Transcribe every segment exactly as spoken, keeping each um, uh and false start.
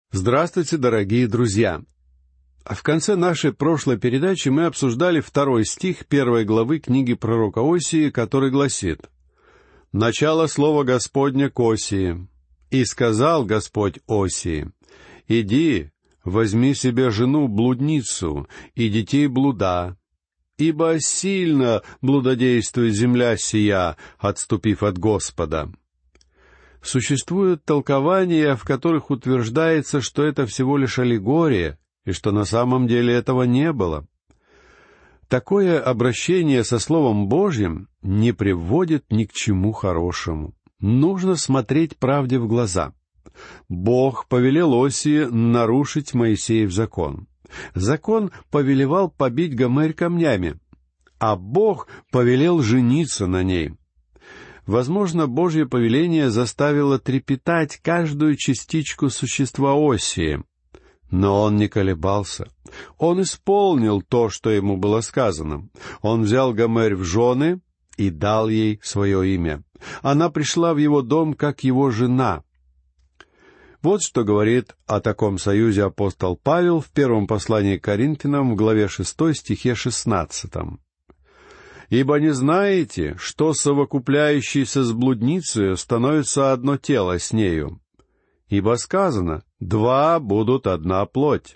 Здравствуйте, дорогие друзья! В конце нашей прошлой передачи мы обсуждали второй стих первой главы книги пророка Осии, который гласит: «Начало слова Господня к Осии. И сказал Господь Осии: иди, возьми себе жену-блудницу и детей блуда, ибо сильно блудодействует земля сия, отступив от Господа». Существуют толкования, в которых утверждается, что это всего лишь аллегория, и что на самом деле этого не было. Такое обращение со Словом Божьим не приводит ни к чему хорошему. Нужно смотреть правде в глаза. Бог повелел Осии нарушить Моисеев закон. Закон повелевал побить Гомерь камнями, а Бог повелел жениться на ней. Возможно, Божье повеление заставило трепетать каждую частичку существа Осии. Но он не колебался. Он исполнил то, что ему было сказано. Он взял Гомерь в жены и дал ей свое имя. Она пришла в его дом как его жена. Вот что говорит о таком союзе апостол Павел в первом послании к Коринфянам в главе шестой, стихе шестнадцатом. «Ибо не знаете, что совокупляющийся с блудницей становится одно тело с нею? Ибо сказано: два будут одна плоть».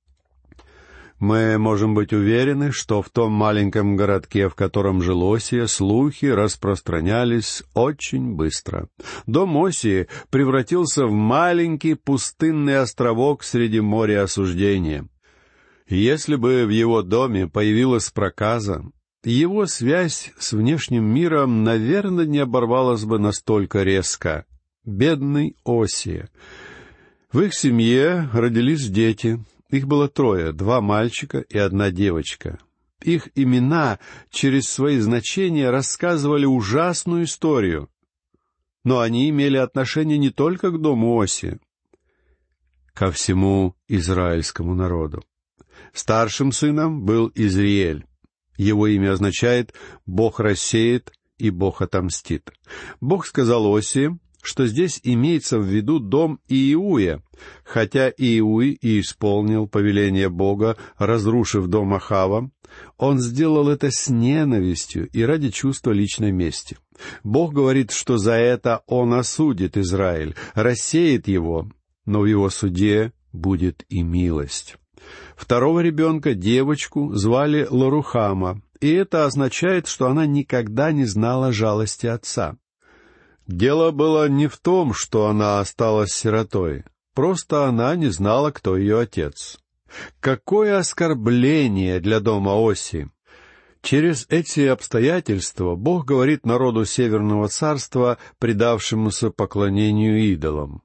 Мы можем быть уверены, что в том маленьком городке, в котором жил Осия, слухи распространялись очень быстро. Дом Осии превратился в маленький пустынный островок среди моря осуждения. Если бы в его доме появилась проказа, его связь с внешним миром, наверное, не оборвалась бы настолько резко. Бедный Осия. В их семье родились дети. Их было трое, два мальчика и одна девочка. Их имена через свои значения рассказывали ужасную историю. Но они имели отношение не только к дому Осии, ко всему израильскому народу. Старшим сыном был Изриэль. Его имя означает «Бог рассеет» и «Бог отомстит». Бог сказал Осии, что здесь имеется в виду дом Иеуя, хотя Иеуй и исполнил повеление Бога, разрушив дом Ахава, он сделал это с ненавистью и ради чувства личной мести. Бог говорит, что за это он осудит Израиль, рассеет его, но в его суде будет и милость. Второго ребенка, девочку, звали Лорухама, и это означает, что она никогда не знала жалости отца. Дело было не в том, что она осталась сиротой, просто она не знала, кто ее отец. Какое оскорбление для дома Осии! Через эти обстоятельства Бог говорит народу Северного царства, предавшемуся поклонению идолам: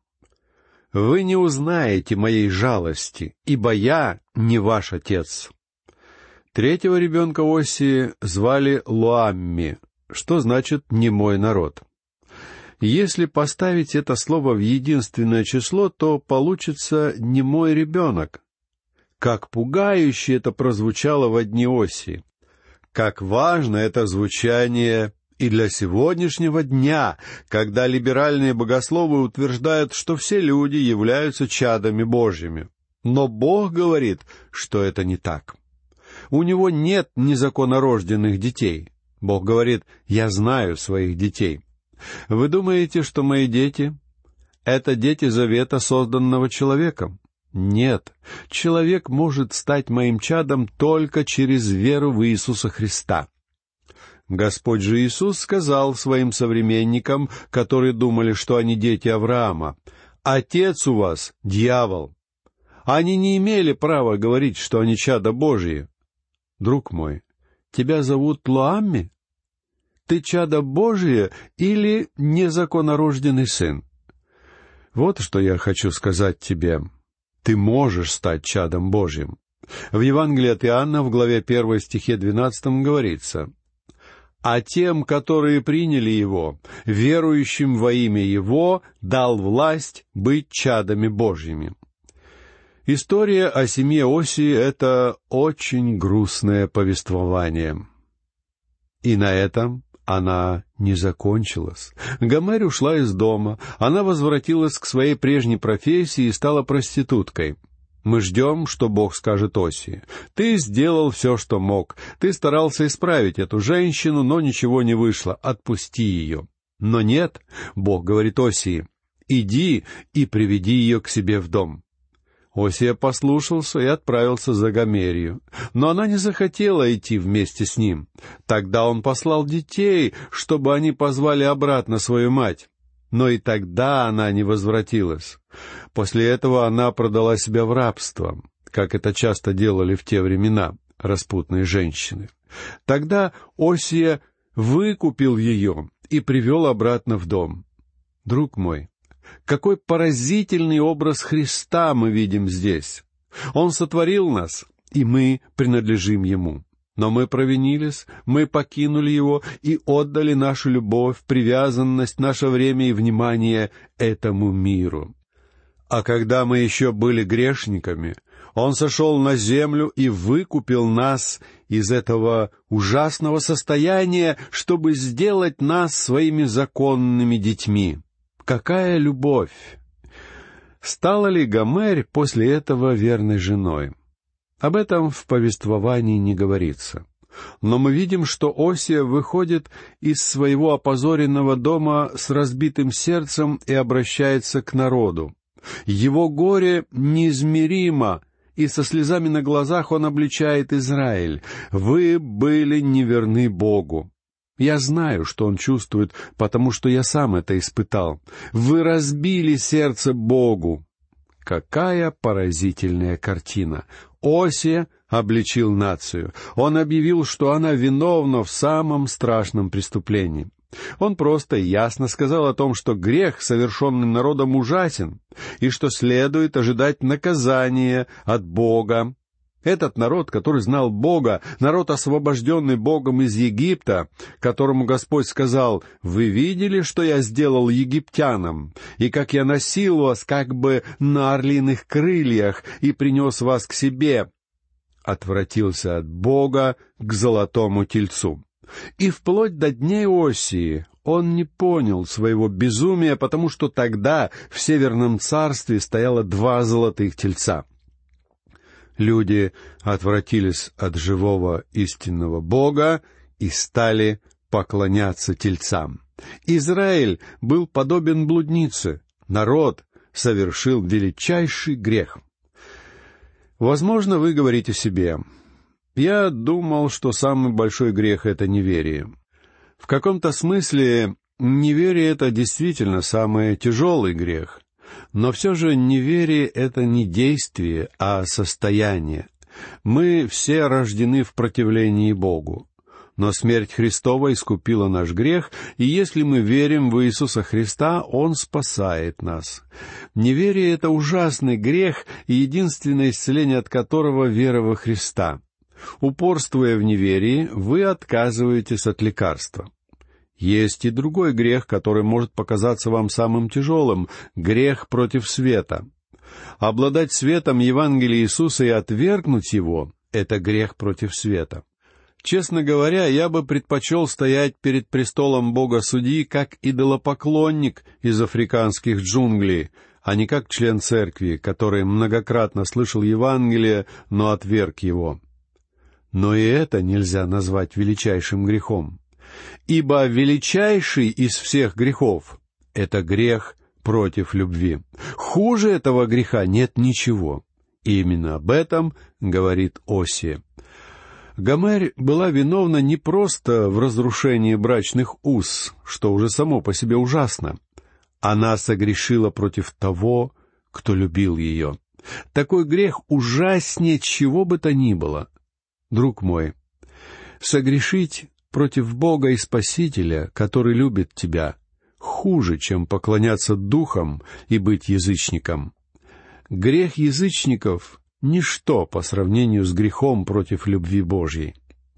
«Вы не узнаете моей жалости, ибо я не ваш отец». Третьего ребенка Осии звали Лоамми, что значит «не мой народ». Если поставить это слово в единственное число, то получится «не мой ребенок». Как пугающе это прозвучало во дни Осии! Как важно это звучание и для сегодняшнего дня, когда либеральные богословы утверждают, что все люди являются чадами Божьими. Но Бог говорит, что это не так. У Него нет незаконнорожденных детей. Бог говорит: «Я знаю своих детей». Вы думаете, что мои дети — это дети завета, созданного человеком? Нет. Человек может стать моим чадом только через веру в Иисуса Христа. Господь же Иисус сказал своим современникам, которые думали, что они дети Авраама: «Отец у вас — дьявол». Они не имели права говорить, что они чада Божьи. Друг мой, тебя зовут Лоамми? Ты чадо Божие или незаконнорожденный сын? Вот что я хочу сказать тебе. Ты можешь стать чадом Божьим. В Евангелии от Иоанна в главе первой стихе двенадцатом говорится: «А тем, которые приняли Его, верующим во имя Его, дал власть быть чадами Божьими». История о семье Осии — это очень грустное повествование. И на этом она не закончилось. Гомер ушла из дома, она возвратилась к своей прежней профессии и стала проституткой. Мы ждем, что Бог скажет Осии: «Ты сделал все, что мог. Ты старался исправить эту женщину, но ничего не вышло. Отпусти ее». Но нет, Бог говорит Осии: «Иди и приведи ее к себе в дом». Осия послушался и отправился за Гомерью, но она не захотела идти вместе с ним. Тогда он послал детей, чтобы они позвали обратно свою мать. Но и тогда она не возвратилась. После этого она продала себя в рабство, как это часто делали в те времена распутные женщины. Тогда Осия выкупил ее и привел обратно в дом. Друг мой, какой поразительный образ Христа мы видим здесь! Он сотворил нас, и мы принадлежим Ему. Но мы провинились, мы покинули Его и отдали нашу любовь, привязанность, наше время и внимание этому миру. А когда мы еще были грешниками, Он сошел на землю и выкупил нас из этого ужасного состояния, чтобы сделать нас своими законными детьми. Какая любовь! Стала ли Гомер после этого верной женой? Об этом в повествовании не говорится. Но мы видим, что Осия выходит из своего опозоренного дома с разбитым сердцем и обращается к народу. Его горе неизмеримо, и со слезами на глазах он обличает Израиль: «Вы были неверны Богу». Я знаю, что он чувствует, потому что я сам это испытал. Вы разбили сердце Богу. Какая поразительная картина! Осия обличил нацию. Он объявил, что она виновна в самом страшном преступлении. Он просто и ясно сказал о том, что грех, совершенный народом, ужасен, и что следует ожидать наказания от Бога. Этот народ, который знал Бога, народ, освобожденный Богом из Египта, которому Господь сказал: «Вы видели, что я сделал египтянам, и как я носил вас как бы на орлиных крыльях и принес вас к себе», отвратился от Бога к золотому тельцу. И вплоть до дней Осии он не понял своего безумия, потому что тогда в Северном царстве стояло два золотых тельца. Люди отвратились от живого истинного Бога и стали поклоняться тельцам. Израиль был подобен блуднице. Народ совершил величайший грех. Возможно, вы говорите себе: «Я думал, что самый большой грех — это неверие». В каком-то смысле неверие — это действительно самый тяжелый грех. Но все же неверие — это не действие, а состояние. Мы все рождены в противлении Богу. Но смерть Христова искупила наш грех, и если мы верим в Иисуса Христа, Он спасает нас. Неверие — это ужасный грех, и единственное исцеление от которого — вера во Христа. Упорствуя в неверии, вы отказываетесь от лекарства. Есть и другой грех, который может показаться вам самым тяжелым — грех против света. Обладать светом Евангелия Иисуса и отвергнуть его — это грех против света. Честно говоря, я бы предпочел стоять перед престолом Бога-Судьи как идолопоклонник из африканских джунглей, а не как член церкви, который многократно слышал Евангелие, но отверг его. Но и это нельзя назвать величайшим грехом. Ибо величайший из всех грехов — это грех против любви. Хуже этого греха нет ничего. И именно об этом говорит Осия. Гомер была виновна не просто в разрушении брачных уз, что уже само по себе ужасно. Она согрешила против того, кто любил ее. Такой грех ужаснее чего бы то ни было. Друг мой, согрешить против Бога и Спасителя, который любит тебя, хуже, чем поклоняться духам и быть язычником. Грех язычников — ничто по сравнению с грехом против любви Божьей.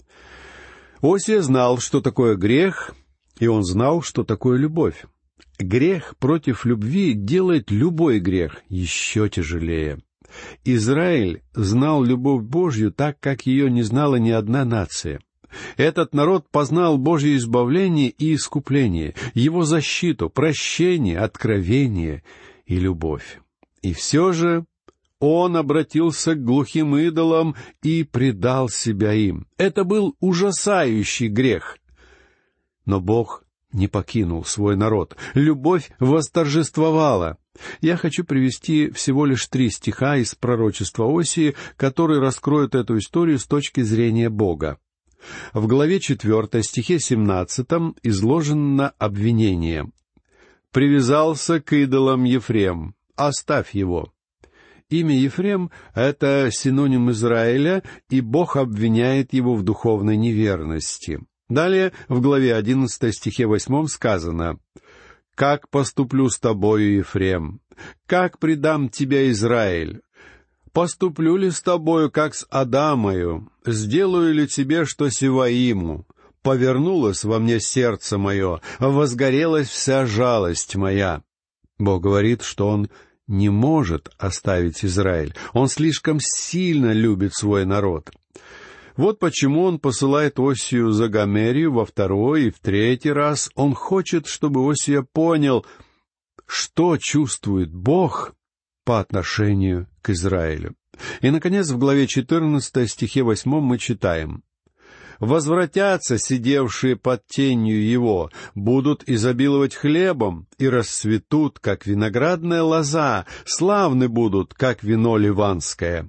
Осия знал, что такое грех, и он знал, что такое любовь. Грех против любви делает любой грех еще тяжелее. Израиль знал любовь Божью так, как ее не знала ни одна нация. Этот народ познал Божье избавление и искупление, Его защиту, прощение, откровение и любовь. И все же он обратился к глухим идолам и предал себя им. Это был ужасающий грех. Но Бог не покинул свой народ. Любовь восторжествовала. Я хочу привести всего лишь три стиха из пророчества Осии, которые раскроют эту историю с точки зрения Бога. В главе четвёртой, стихе семнадцатом, изложено обвинение. «Привязался к идолам Ефрем, оставь его». Имя Ефрем — это синоним Израиля, и Бог обвиняет его в духовной неверности. Далее, в главе одиннадцатой, стихе восьмом сказано: «Как поступлю с тобою, Ефрем? Как предам тебя, Израиль? Поступлю ли с тобою, как с Адамою? Сделаю ли тебе, что Севаиму? Повернулось во мне сердце мое, возгорелась вся жалость моя». Бог говорит, что Он не может оставить Израиль. Он слишком сильно любит свой народ. Вот почему Он посылает Осию за Гомерию во второй и в третий раз. Он хочет, чтобы Осия понял, что чувствует Бог по отношению к Израилю. И, наконец, в главе четырнадцатой, стихе восьмом мы читаем: «Возвратятся сидевшие под тенью его, будут изобиловать хлебом и расцветут, как виноградная лоза, славны будут, как вино ливанское».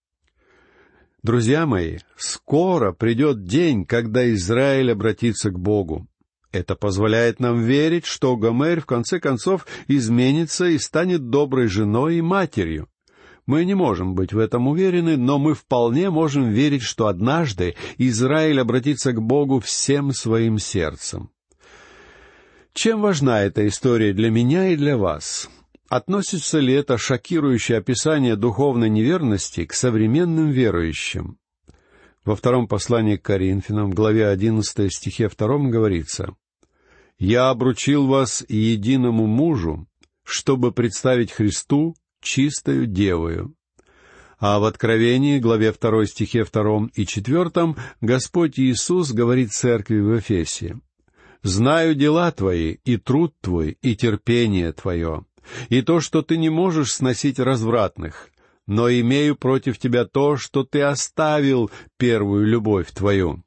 Друзья мои, скоро придет день, когда Израиль обратится к Богу. Это позволяет нам верить, что Гомер в конце концов изменится и станет доброй женой и матерью. Мы не можем быть в этом уверены, но мы вполне можем верить, что однажды Израиль обратится к Богу всем своим сердцем. Чем важна эта история для меня и для вас? Относится ли это шокирующее описание духовной неверности к современным верующим? Во втором послании к Коринфянам, главе одиннадцатой, стихе втором говорится: «Я обручил вас единому мужу, чтобы представить Христу чистою девою». А в Откровении, главе второй, стихе втором и четвертом, Господь Иисус говорит церкви в Эфесе: «Знаю дела твои, и труд твой, и терпение твое, и то, что ты не можешь сносить развратных, но имею против тебя то, что ты оставил первую любовь твою».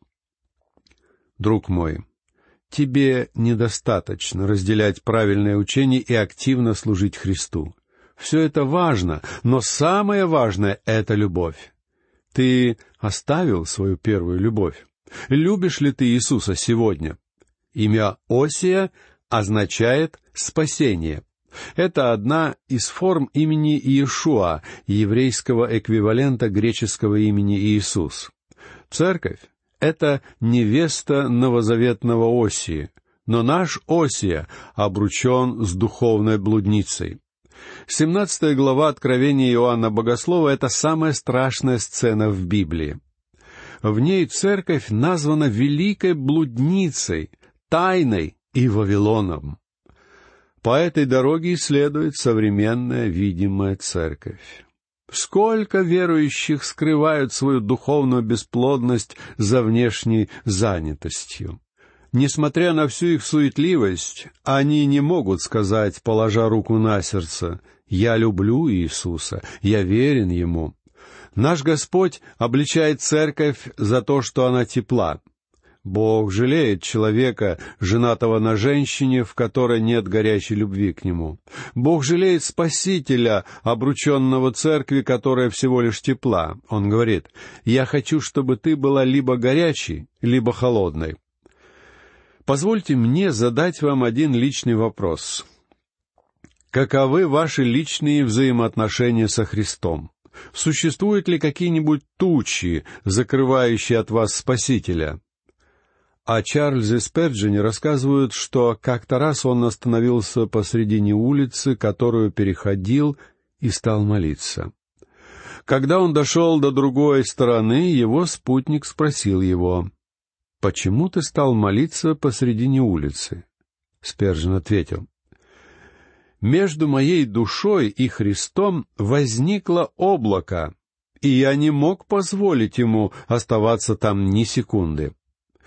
Друг мой, тебе недостаточно разделять правильное учение и активно служить Христу. Все это важно, но самое важное — это любовь. Ты оставил свою первую любовь? Любишь ли ты Иисуса сегодня? Имя Осия означает «спасение». Это одна из форм имени Иешуа, еврейского эквивалента греческого имени Иисус. Церковь — это невеста новозаветного Осии, но наш Осия обручен с духовной блудницей. семнадцатая глава Откровения Иоанна Богослова — это самая страшная сцена в Библии. В ней церковь названа великой блудницей, тайной и Вавилоном. По этой дороге следует современная видимая церковь. Сколько верующих скрывают свою духовную бесплодность за внешней занятостью. Несмотря на всю их суетливость, они не могут сказать, положа руку на сердце: «Я люблю Иисуса, я верен Ему». Наш Господь обличает церковь за то, что она тепла. Бог жалеет человека, женатого на женщине, в которой нет горячей любви к Нему. Бог жалеет Спасителя, обрученного церкви, которая всего лишь тепла. Он говорит: «Я хочу, чтобы ты была либо горячей, либо холодной». Позвольте мне задать вам один личный вопрос. Каковы ваши личные взаимоотношения со Христом? Существуют ли какие-нибудь тучи, закрывающие от вас Спасителя? О Чарльзе Спержине рассказывают, что как-то раз он остановился посредине улицы, которую переходил, и стал молиться. Когда он дошел до другой стороны, его спутник спросил его: «Почему ты стал молиться посредине улицы?» Спержин ответил: «Между моей душой и Христом возникло облако, и я не мог позволить ему оставаться там ни секунды.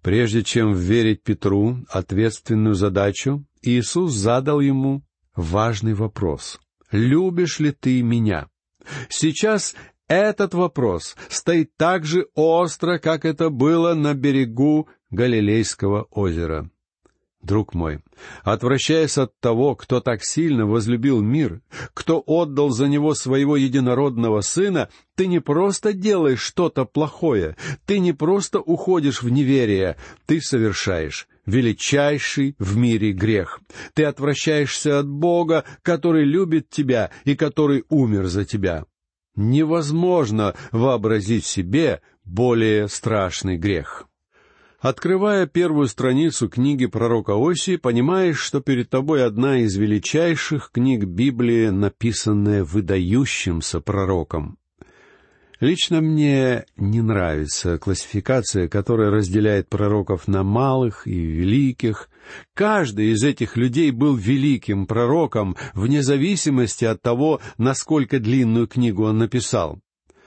Прежде чем вверить Петру ответственную задачу, Иисус задал ему важный вопрос: «Любишь ли ты меня?» Сейчас этот вопрос стоит так же остро, как это было на берегу Галилейского озера. Друг мой, отвращаясь от того, кто так сильно возлюбил мир, кто отдал за него своего единородного Сына, ты не просто делаешь что-то плохое, ты не просто уходишь в неверие, ты совершаешь величайший в мире грех. Ты отвращаешься от Бога, который любит тебя и который умер за тебя. Невозможно вообразить себе более страшный грех. Открывая первую страницу книги пророка Осии, понимаешь, что перед тобой одна из величайших книг Библии, написанная выдающимся пророком. Лично мне не нравится классификация, которая разделяет пророков на малых и великих. Каждый из этих людей был великим пророком, вне зависимости от того, насколько длинную книгу он написал.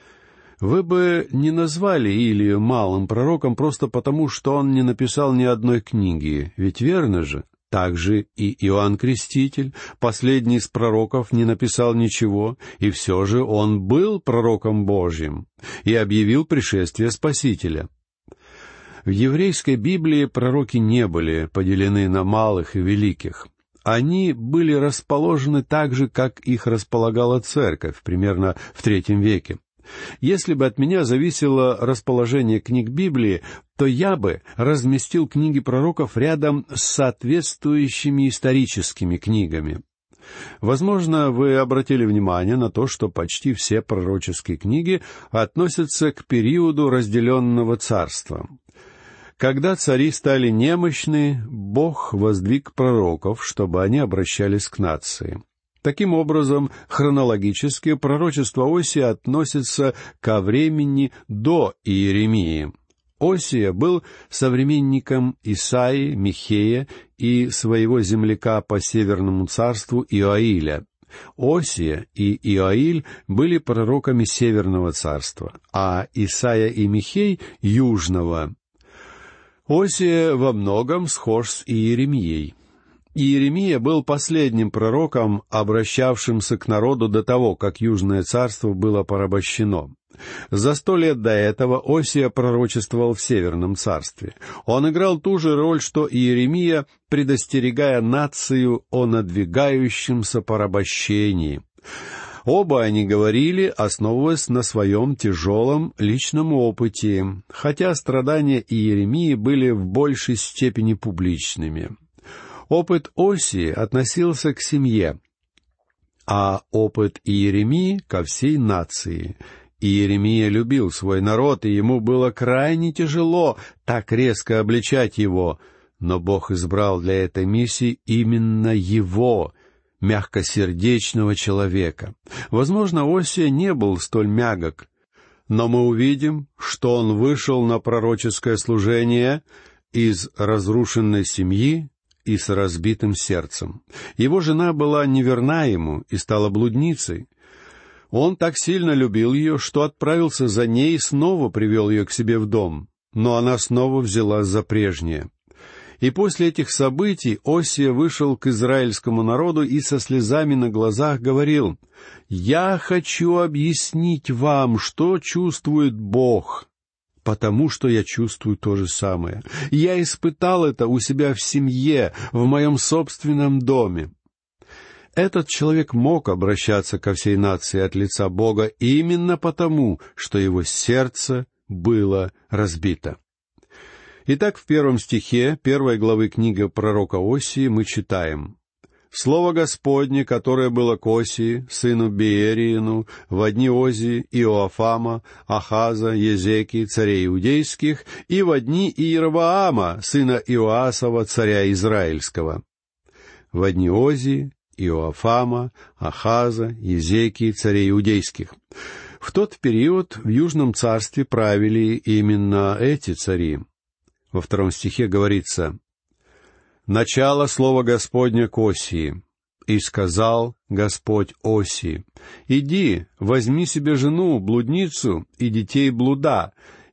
Вы бы не назвали Илию малым пророком просто потому, что он не написал ни одной книги, ведь верно же? Также и Иоанн Креститель, последний из пророков, не написал ничего, и все же он был пророком Божьим и объявил пришествие Спасителя. В еврейской Библии пророки не были поделены на малых и великих. Они были расположены так же, как их располагала церковь, примерно в третьем веке. Если бы от меня зависело расположение книг Библии, то я бы разместил книги пророков рядом с соответствующими историческими книгами. Возможно, вы обратили внимание на то, что почти все пророческие книги относятся к периоду разделенного царства. Когда цари стали немощны, Бог воздвиг пророков, чтобы они обращались к нации. Таким образом, хронологически пророчество Осии относится ко времени до Иеремии. Осия был современником Исаии, Михея и своего земляка по Северному царству Иоиля. Осия и Иоиль были пророками Северного царства, а Исаия и Михей — Южного. Осия во многом схож с Иеремией. Иеремия был последним пророком, обращавшимся к народу до того, как Южное царство было порабощено. За сто лет до этого Осия пророчествовал в Северном царстве. Он играл ту же роль, что Иеремия, предостерегая нацию о надвигающемся порабощении. Оба они говорили, основываясь на своем тяжелом личном опыте, хотя страдания Иеремии были в большей степени публичными. Опыт Осии относился к семье, а опыт Иеремии — ко всей нации. Иеремия любил свой народ, и ему было крайне тяжело так резко обличать его, но Бог избрал для этой миссии именно его, мягкосердечного человека. Возможно, Осия не был столь мягок, но мы увидим, что он вышел на пророческое служение из разрушенной семьи и с разбитым сердцем. Его жена была неверна ему и стала блудницей. Он так сильно любил ее, что отправился за ней и снова привел ее к себе в дом, но она снова взялась за прежнее. И после этих событий Осия вышел к израильскому народу и со слезами на глазах говорил: «Я хочу объяснить вам, что чувствует Бог, потому что я чувствую то же самое. Я испытал это у себя в семье, в моем собственном доме». Этот человек мог обращаться ко всей нации от лица Бога именно потому, что его сердце было разбито. Итак, в первом стихе первой главы книги пророка Осии мы читаем: «Слово Господне, которое было к Осии, сыну Беериину, во дни Озии, Иоафама, Ахаза, Езекии, царей иудейских, и во дни Иеровоама, сына Иоасова, царя израильского». Во дни Озии, Иоафама, Ахаза, Езекии, царей иудейских. В тот период в Южном царстве правили именно эти цари. Во втором стихе говорится: «Начало слова Господня к Осии. И сказал Господь Осии: иди, возьми себе жену, блудницу, и детей блуда,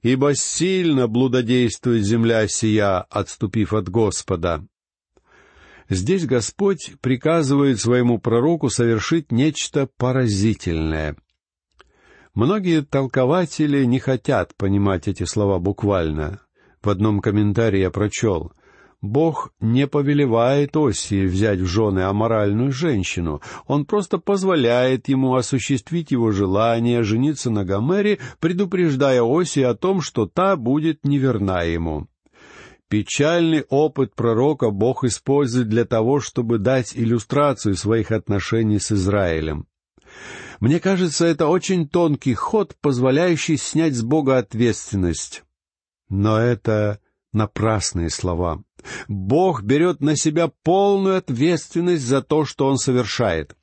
ибо сильно блудодействует земля сия, отступив от Господа». Здесь Господь приказывает своему пророку совершить нечто поразительное. Многие толкователи не хотят понимать эти слова буквально. В одном комментарии я прочел: Бог не повелевает Осии взять в жены аморальную женщину. Он просто позволяет ему осуществить его желание жениться на Гомере, предупреждая Осии о том, что та будет неверна ему. Печальный опыт пророка Бог использует для того, чтобы дать иллюстрацию своих отношений с Израилем. Мне кажется, это очень тонкий ход, позволяющий снять с Бога ответственность. Но это напрасные слова. Бог берет на себя полную ответственность за то, что Он совершает.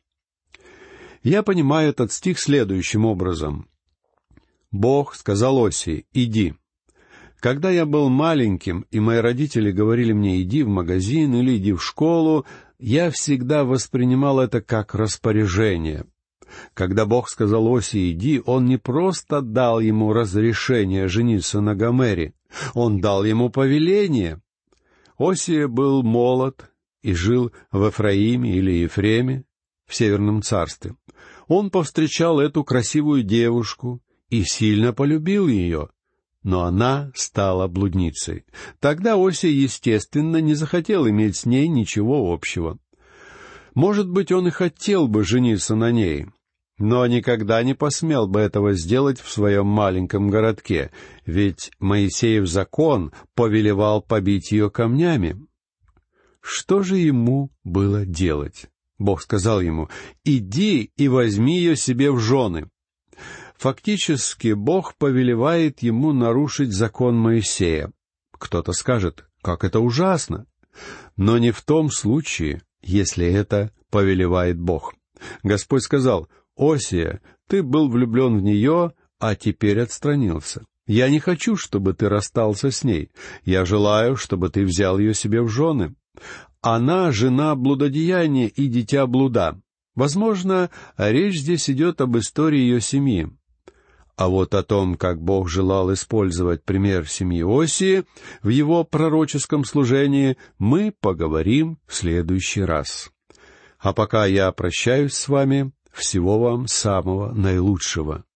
Я понимаю этот стих следующим образом. Бог сказал Осии: «Иди». Когда я был маленьким, и мои родители говорили мне: «Иди в магазин» или «иди в школу», я всегда воспринимал это как распоряжение. Когда Бог сказал Осии «иди», Он не просто дал ему разрешение жениться на Гомере, Он дал ему повеление. Осия был молод и жил в Эфраиме или Ефреме, в Северном царстве. Он повстречал эту красивую девушку и сильно полюбил ее, но она стала блудницей. Тогда Осия, естественно, не захотел иметь с ней ничего общего. Может быть, он и хотел бы жениться на ней, но никогда не посмел бы этого сделать в своем маленьком городке, ведь Моисеев закон повелевал побить ее камнями. Что же ему было делать? Бог сказал ему: «Иди и возьми ее себе в жены». Фактически, Бог повелевает ему нарушить закон Моисея. Кто-то скажет: «Как это ужасно!» Но не в том случае, если это повелевает Бог. Господь сказал: «Осия, ты был влюблен в нее, а теперь отстранился. Я не хочу, чтобы ты расстался с ней. Я желаю, чтобы ты взял ее себе в жены. Она жена блудодеяния и дитя блуда». Возможно, речь здесь идет об истории ее семьи. А вот о том, как Бог желал использовать пример семьи Осии в его пророческом служении, мы поговорим в следующий раз. А пока я прощаюсь с вами. Всего вам самого наилучшего.